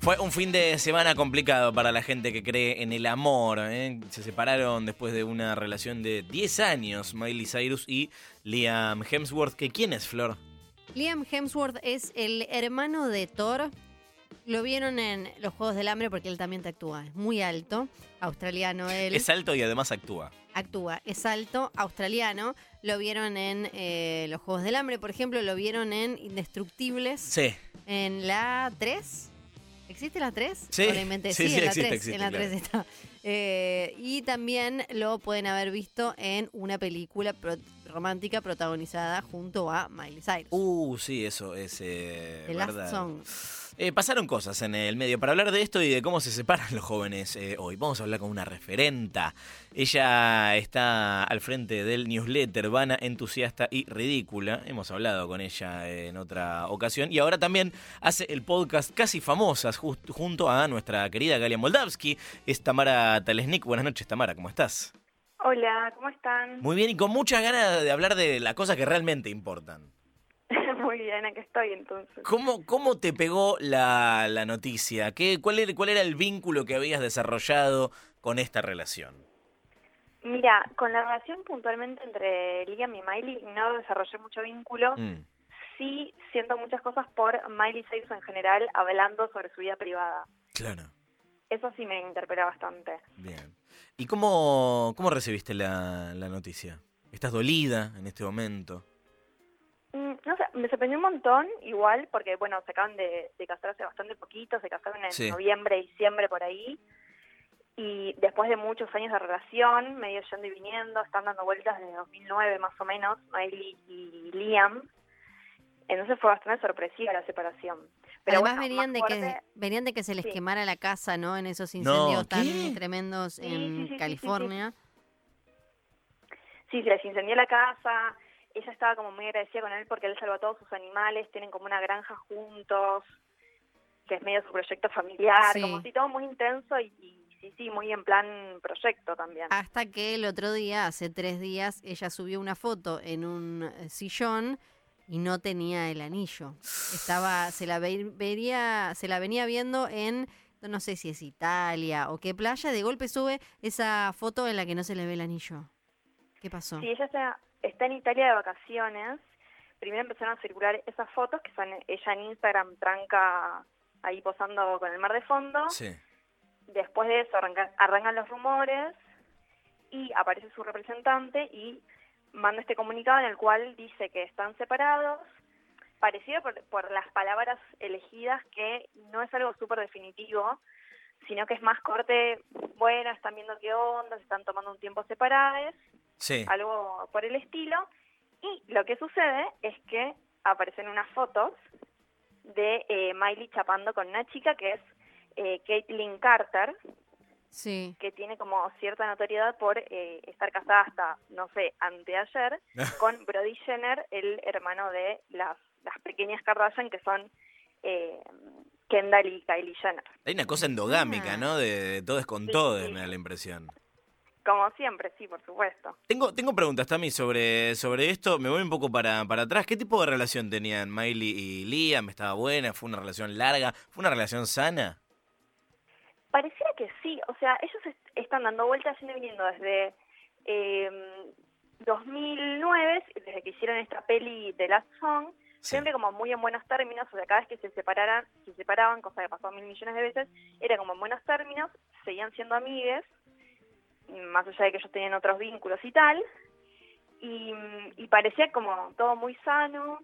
Fue un fin de semana complicado para la gente que cree en el amor. Se separaron después de una relación de 10 años, Miley Cyrus y Liam Hemsworth. ¿Quién es, Flor? Liam Hemsworth es el hermano de Thor. Lo vieron en los Juegos del Hambre porque él también te actúa. Es muy alto, australiano él. Es alto y además actúa. Es alto, australiano. Lo vieron en los Juegos del Hambre, por ejemplo. Lo vieron en Indestructibles. Sí. En la 3. ¿Existe la 3? Sí, ¿O la inventé? sí, en la existe, 3. existe, En la claro. 3 está. Y también lo pueden haber visto en una película romántica protagonizada junto a Miley Cyrus. Sí, eso es The verdad. Last Song. Pasaron cosas en el medio. Para hablar de esto y de cómo se separan los jóvenes hoy, vamos a hablar con una referenta. Ella está al frente del newsletter Vana, Entusiasta y Ridícula. Hemos hablado con ella en otra ocasión. Y ahora también hace el podcast Casi Famosas junto a nuestra querida Galia Moldavsky. Es Tamara Talesnik. Buenas noches, Tamara, ¿cómo estás? Hola, ¿cómo están? Muy bien y con muchas ganas de hablar de las cosas que realmente importan. Muy bien, aquí estoy entonces. ¿Cómo te pegó la noticia? ¿Cuál era el vínculo que habías desarrollado con esta relación? Mira, con la relación puntualmente entre Liam y Miley no desarrollé mucho vínculo. Sí siento muchas cosas por Miley Cyrus en general hablando sobre su vida privada. Claro. Eso sí me interpela bastante. Bien. ¿Y cómo recibiste la noticia? ¿Estás dolida en este momento? No sé, me sorprendió un montón, igual, porque, bueno, se acaban de casar hace bastante poquito, se casaron en noviembre, diciembre, por ahí, y después de muchos años de relación, medio yendo y viniendo, están dando vueltas desde 2009 más o menos, Miley y Liam, entonces fue bastante sorpresiva la separación. Pero además bueno, venían de que se les Sí. quemara la casa, ¿no? En esos incendios tan ¿qué? tremendos Sí, en sí, California. Sí, se les incendió la casa. Ella estaba como muy agradecida con él porque él salvó a todos sus animales, tienen como una granja juntos, que es medio su proyecto familiar, Sí. como si todo muy intenso y sí, muy en plan proyecto también. Hasta que el otro día, hace 3 días, ella subió una foto en un sillón y no tenía el anillo. Se la venía viendo en, no sé si es Italia o qué playa, de golpe sube esa foto en la que no se le ve el anillo. ¿Qué pasó? Sí, ella está en Italia de vacaciones. Primero empezaron a circular esas fotos, que son ella en Instagram, tranca ahí posando con el mar de fondo. Sí. Después de eso arrancan los rumores y aparece su representante y manda este comunicado en el cual dice que están separados, parecido por las palabras elegidas, que no es algo súper definitivo, sino que es más corte, bueno, están viendo qué onda, se están tomando un tiempo separados, Sí. algo por el estilo, y lo que sucede es que aparecen unas fotos de Miley chapando con una chica que es Caitlyn Carter, Sí. que tiene como cierta notoriedad por estar casada hasta, no sé, anteayer, con Brody Jenner, el hermano de las pequeñas Kardashian, que son Kendall y Kylie Jenner. Hay una cosa endogámica, ¿no? De todo es con Sí, todo, sí. me da la impresión. Como siempre, sí, por supuesto. Tengo preguntas, Tami, sobre esto. Me voy un poco para atrás. ¿Qué tipo de relación tenían Miley y Liam? ¿Estaba buena? ¿Fue una relación larga? ¿Fue una relación sana? Pareciera que sí, o sea, ellos están dando vueltas yendo y viniendo desde 2009, desde que hicieron esta peli The Last Song, Sí. siempre como muy en buenos términos, o sea, cada vez que se separaban, cosa que pasó 1.000.000.000 de veces, era como en buenos términos, seguían siendo amigues, más allá de que ellos tenían otros vínculos y tal, y parecía como todo muy sano,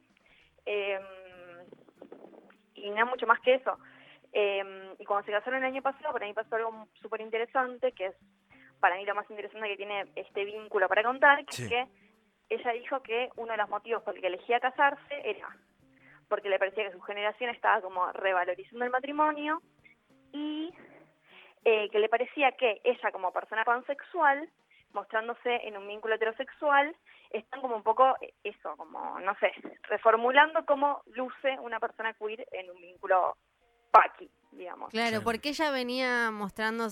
y no mucho más que eso. Y cuando se casaron el año pasado, para mí pasó algo súper interesante, que es para mí lo más interesante que tiene este vínculo para contar, que Sí. es que ella dijo que uno de los motivos por el que elegía casarse era porque le parecía que su generación estaba como revalorizando el matrimonio y que le parecía que ella como persona pansexual, mostrándose en un vínculo heterosexual, están como un poco eso, como, no sé, reformulando cómo luce una persona queer en un vínculo paqui, digamos. Claro, porque ella venía mostrando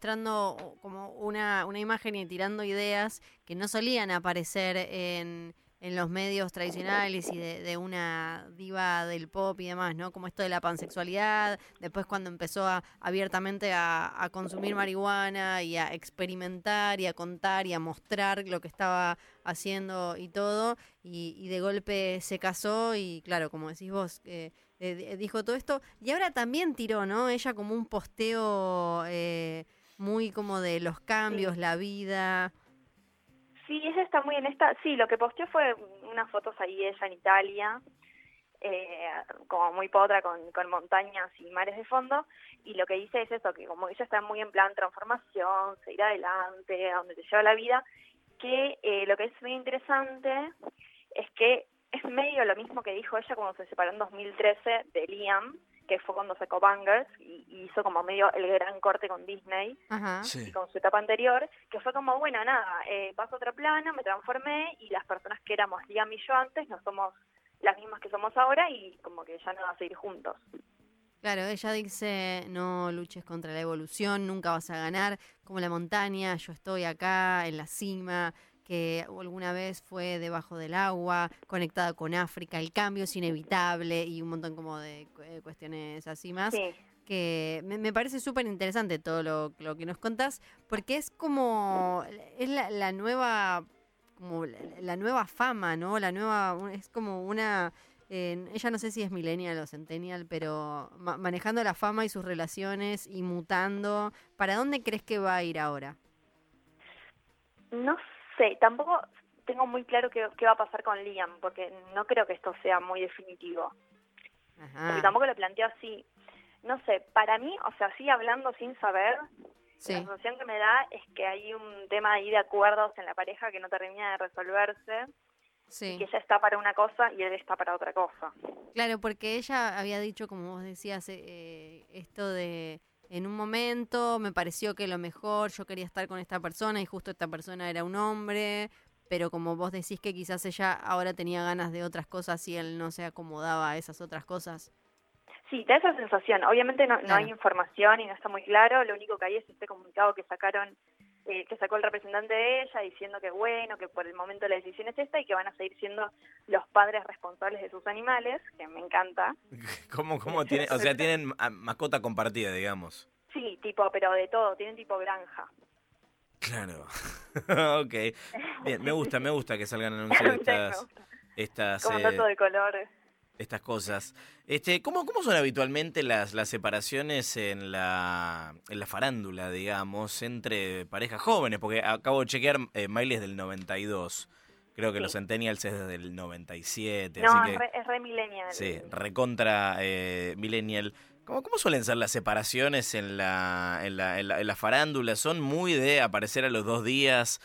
como una imagen y tirando ideas que no solían aparecer en en los medios tradicionales y de una diva del pop y demás, ¿no? Como esto de la pansexualidad, después cuando empezó abiertamente a consumir marihuana y a experimentar y a contar y a mostrar lo que estaba haciendo y todo, y de golpe se casó y claro, como decís vos, dijo todo esto, y ahora también tiró, ¿no? Ella como un posteo muy como de los cambios, Sí. la vida. Sí, ella está muy en esta. Sí, lo que posteó fue unas fotos ahí ella en Italia, como muy potra con montañas y mares de fondo, y lo que dice es eso, que como ella está muy en plan transformación, seguir adelante, a donde te lleva la vida, que lo que es muy interesante es que es medio lo mismo que dijo ella cuando se separó en 2013 de Liam, que fue cuando sacó Bangers y hizo como medio el gran corte con Disney Ajá. y con su etapa anterior, que fue como, bueno, nada, paso a otro plano, me transformé y las personas que éramos Liam y yo antes no somos las mismas que somos ahora y como que ya no vas a ir juntos. Claro, ella dice, no luches contra la evolución, nunca vas a ganar, como la montaña, yo estoy acá en la cima, que alguna vez fue debajo del agua, conectada con África, el cambio es inevitable y un montón como de cuestiones así más, Sí, que me parece súper interesante todo lo que nos contás, porque es como, es la nueva, como la nueva fama, ¿no? La nueva, es como una... ella no sé si es millennial o centennial, pero manejando la fama y sus relaciones y mutando, ¿para dónde crees que va a ir ahora? no sé, tampoco tengo muy claro qué va a pasar con Liam, porque no creo que esto sea muy definitivo, porque Ajá, tampoco lo planteo así. No sé, para mí, o sea, así hablando sin saber, la sí, sensación que me da es que hay un tema ahí de acuerdos en la pareja que no termina de resolverse y que sí. ella está para una cosa y él está para otra cosa. Claro, porque ella había dicho, como vos decías, esto de, en un momento me pareció que lo mejor, yo quería estar con esta persona y justo esta persona era un hombre, pero como vos decís que quizás ella ahora tenía ganas de otras cosas y él no se acomodaba a esas otras cosas. Sí, da esa sensación. Obviamente no hay Claro. información y no está muy claro. Lo único que hay es este comunicado que sacaron, que sacó el representante de ella diciendo que bueno, que por el momento la decisión es esta y que van a seguir siendo los padres responsables de sus animales, que me encanta. ¿Cómo tiene? O sea, tienen mascota compartida, digamos. Sí, tipo, pero de todo, tienen tipo granja. Claro. Ok. Bien, Sí, me gusta que salgan a a anunciar mí también me gusta. estas, Como un dato de color. estas cosas. ¿Cómo son habitualmente las separaciones en la farándula, digamos, entre parejas jóvenes? Porque acabo de chequear, Miley es del 92. Creo que los Sí. Centennials es desde el 97, así No, que es re millennial. sí, recontra millennial. ¿Cómo suelen ser las separaciones en la farándula? ¿Son muy de aparecer a los 2 días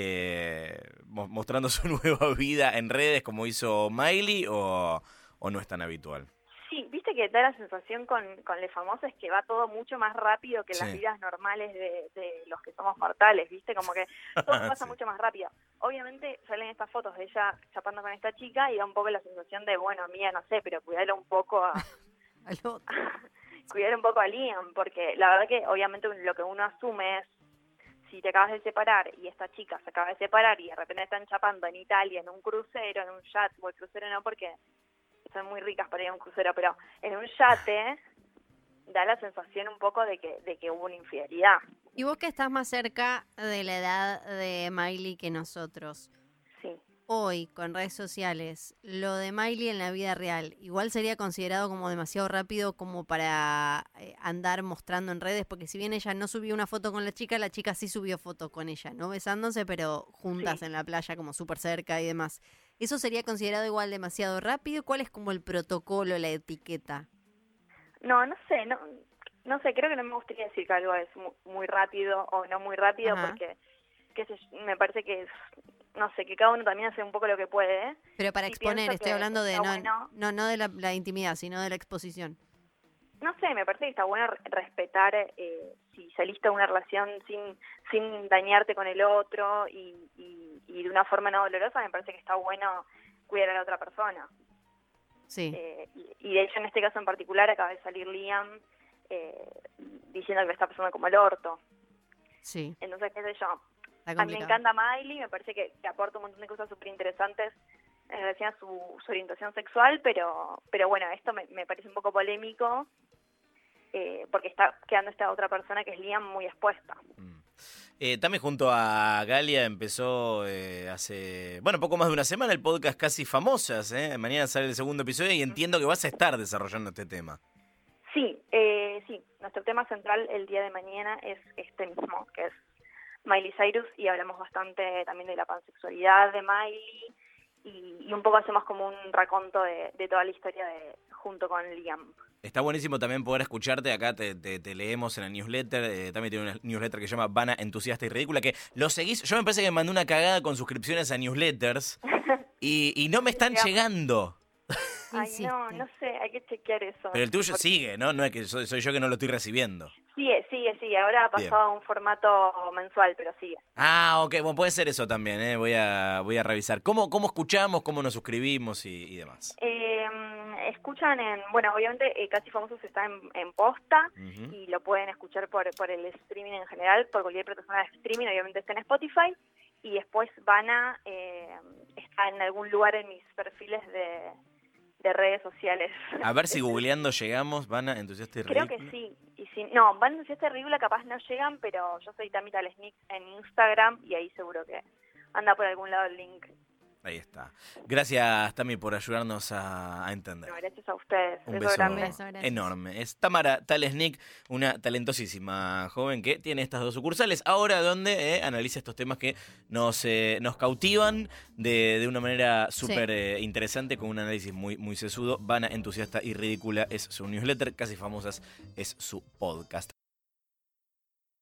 mostrando su nueva vida en redes como hizo Miley o no es tan habitual? Sí, viste que da la sensación con los famosos que va todo mucho más rápido que las Sí. vidas normales de los que somos mortales, viste, como que todo pasa Sí. mucho más rápido. Obviamente salen estas fotos de ella chapando con esta chica y da un poco la sensación de, bueno, mía, no sé, pero cuidarlo un poco Al otro. cuidar un poco a Liam, porque la verdad que obviamente lo que uno asume es, si te acabas de separar y esta chica se acaba de separar y de repente están chapando en Italia, en un crucero, en un yate, o el crucero no porque son muy ricas para ir a un crucero, pero en un yate da la sensación un poco de que hubo una infidelidad. Y vos que estás más cerca de la edad de Miley que nosotros, Sí. hoy con redes sociales, lo de Miley en la vida real, igual sería considerado como demasiado rápido como para andar mostrando en redes, porque si bien ella no subió una foto con la chica sí subió fotos con ella, no besándose, pero juntas Sí. en la playa, como súper cerca y demás. ¿Eso sería considerado igual demasiado rápido? ¿Cuál es como el protocolo, la etiqueta? No sé, no sé, creo que no me gustaría decir que algo es muy rápido o no muy rápido Ajá. porque me parece que es, no sé, que cada uno también hace un poco lo que puede, ¿eh? Pero para Sí exponer, pienso estoy que hablando de está bueno, no de la intimidad, sino de la exposición. no sé, me parece que está bueno respetar si saliste de una relación sin dañarte con el otro y de una forma no dolorosa, me parece que está bueno cuidar a la otra persona. Sí, Y de hecho en este caso en particular acaba de salir Liam diciendo que le está pasando como el orto. sí, Entonces, qué sé yo, está a mí me complicado. encanta Miley, me parece que aporta un montón de cosas súper interesantes en relación a su orientación sexual, pero bueno, esto me parece un poco polémico, porque está quedando esta otra persona que es Liam muy expuesta. También junto a Galia empezó hace, poco más de una semana el podcast Casi Famosas. Mañana sale el segundo episodio y entiendo que vas a estar desarrollando este tema. Sí, nuestro tema central el día de mañana es este mismo, que es Miley Cyrus, y hablamos bastante también de la pansexualidad de Miley, y un poco hacemos como un raconto de toda la historia junto con Liam. Está buenísimo también poder escucharte. Acá te leemos en la newsletter. También tiene una newsletter que se llama Vana, Entusiasta y Ridícula, que lo seguís. Yo me parece que me mandé una cagada con suscripciones a newsletters y no me están llegando. Ay, no sé, hay que chequear eso. Pero el tuyo sigue, ¿no? No es que soy yo que no lo estoy recibiendo. Sigue. Ahora ha pasado a un formato mensual, pero sigue. Ah, ok. Bueno, puede ser eso también, ¿eh? Voy a revisar. ¿Cómo escuchamos? ¿Cómo nos suscribimos y demás? Escuchan obviamente Casi Famosos está en Posta, Uh-huh. y lo pueden escuchar por el streaming en general, por cualquier plataforma de streaming, obviamente está en Spotify, y después Vana está en algún lugar en mis perfiles de redes sociales. A ver si googleando llegamos, Vana, Entusiasta y Ridícula. Creo que sí. Y si no, Vana, Entusiasta y Ridícula capaz no llegan, pero yo soy Tami Talesnik en Instagram, y ahí seguro que anda por algún lado el link. Ahí está. Gracias, Tami, por ayudarnos a entender. No, gracias a ustedes. Un Beso beso grande. enorme. Es Tamara Talesnik, una talentosísima joven que tiene estas dos sucursales. Ahora donde analiza estos temas que nos cautivan de una manera súper interesante, con un análisis muy, muy sesudo. Vana, Entusiasta y Ridícula es su newsletter. Casi Famosas es su podcast.